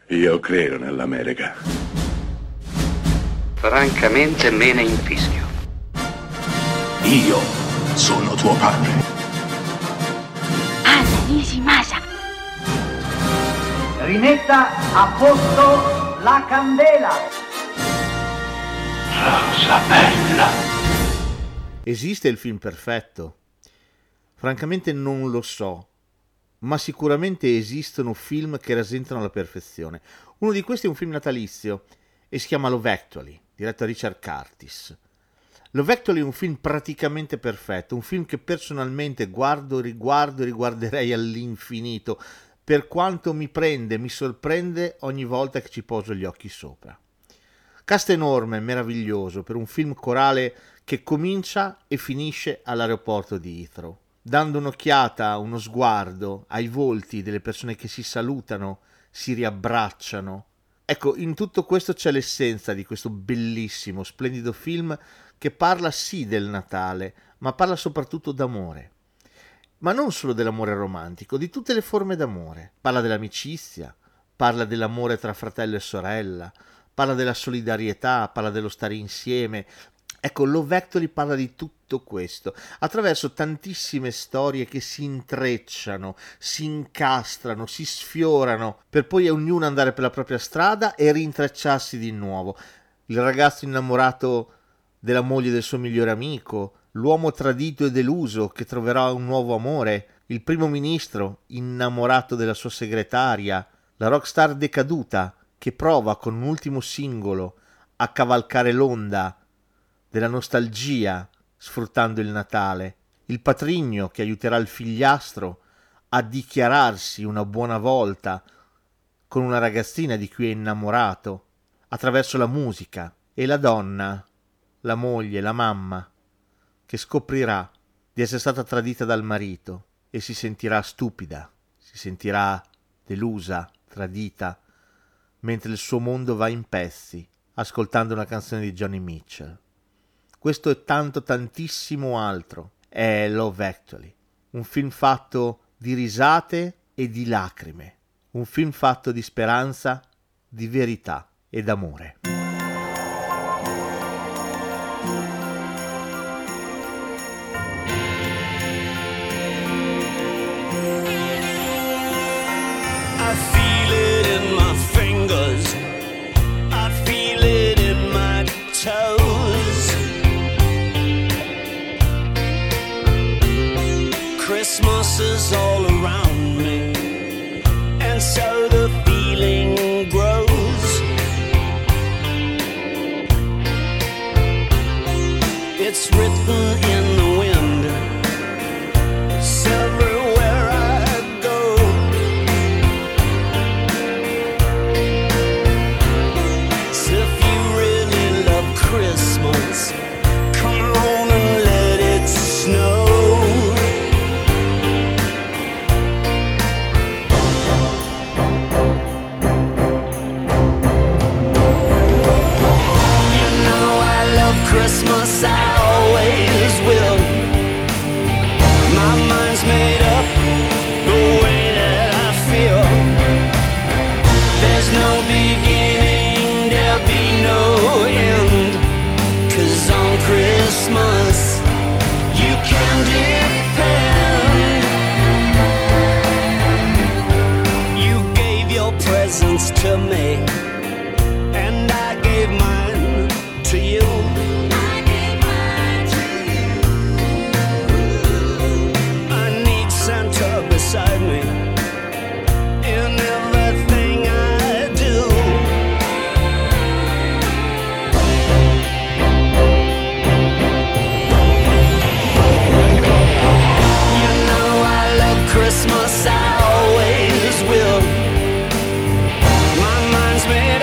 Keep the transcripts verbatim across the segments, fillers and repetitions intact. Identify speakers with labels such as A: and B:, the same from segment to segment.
A: Io credo nell'America.
B: Francamente me ne infischio.
C: Io sono tuo padre.
D: Anna Nishimasa.
E: Rimetta a posto la candela.
C: Rosa bella.
F: Esiste il film perfetto? Francamente non lo so, ma sicuramente esistono film che rasentano la perfezione. Uno di questi è un film natalizio e si chiama Love Actually, diretto da Richard Curtis. Love Actually è un film praticamente perfetto, un film che personalmente guardo, riguardo e riguarderei all'infinito, per quanto mi prende, mi sorprende ogni volta che ci poso gli occhi sopra. Cast enorme, meraviglioso, per un film corale che comincia e finisce all'aeroporto di Heathrow, dando un'occhiata, uno sguardo ai volti delle persone che si salutano, si riabbracciano. Ecco, in tutto questo c'è l'essenza di questo bellissimo, splendido film che parla sì del Natale, ma parla soprattutto d'amore. Ma non solo dell'amore romantico, di tutte le forme d'amore. Parla dell'amicizia, parla dell'amore tra fratello e sorella, parla della solidarietà, parla dello stare insieme. Ecco, Love Actually parla di tutto questo, attraverso tantissime storie che si intrecciano, si incastrano, si sfiorano, per poi ognuno andare per la propria strada e rintrecciarsi di nuovo. Il ragazzo innamorato della moglie del suo migliore amico, l'uomo tradito e deluso che troverà un nuovo amore, il primo ministro innamorato della sua segretaria, la rockstar decaduta che prova con un ultimo singolo a cavalcare l'onda della nostalgia sfruttando il Natale, il patrigno che aiuterà il figliastro a dichiararsi una buona volta con una ragazzina di cui è innamorato attraverso la musica, e la donna, la moglie, la mamma, che scoprirà di essere stata tradita dal marito e si sentirà stupida, si sentirà delusa, tradita, mentre il suo mondo va in pezzi, ascoltando una canzone di Johnny Mitchell. Questo è tanto, tantissimo altro. È Love Actually, un film fatto di risate e di lacrime, un film fatto di speranza, di verità e d'amore.
G: I feel it in my fingers, I feel it in my toes. Christmas is all around me, and so the feeling grows. It's written in the wind, it's everywhere I go. So if you really love Christmas, come on and let it snow. Christmas, I always will. My mind's made up the way that I feel. There's no beginning, there'll be no end. 'Cause on Christmas you can depend. You gave your presents to me, and I gave mine to you. Beside me in everything I do. You know I love Christmas, I always will. My mind's made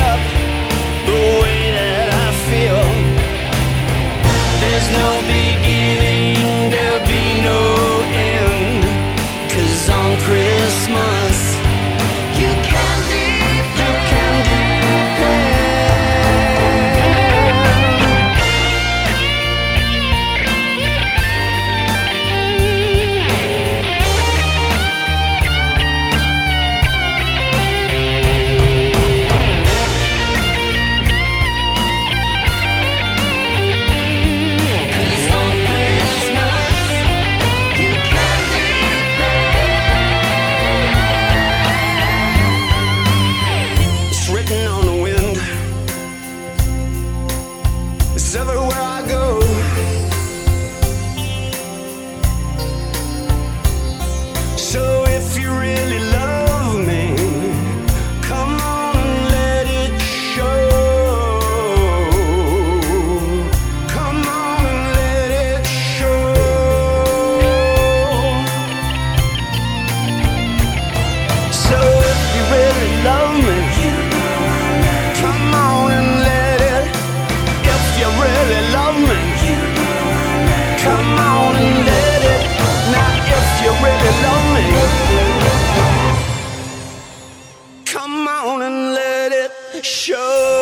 G: show.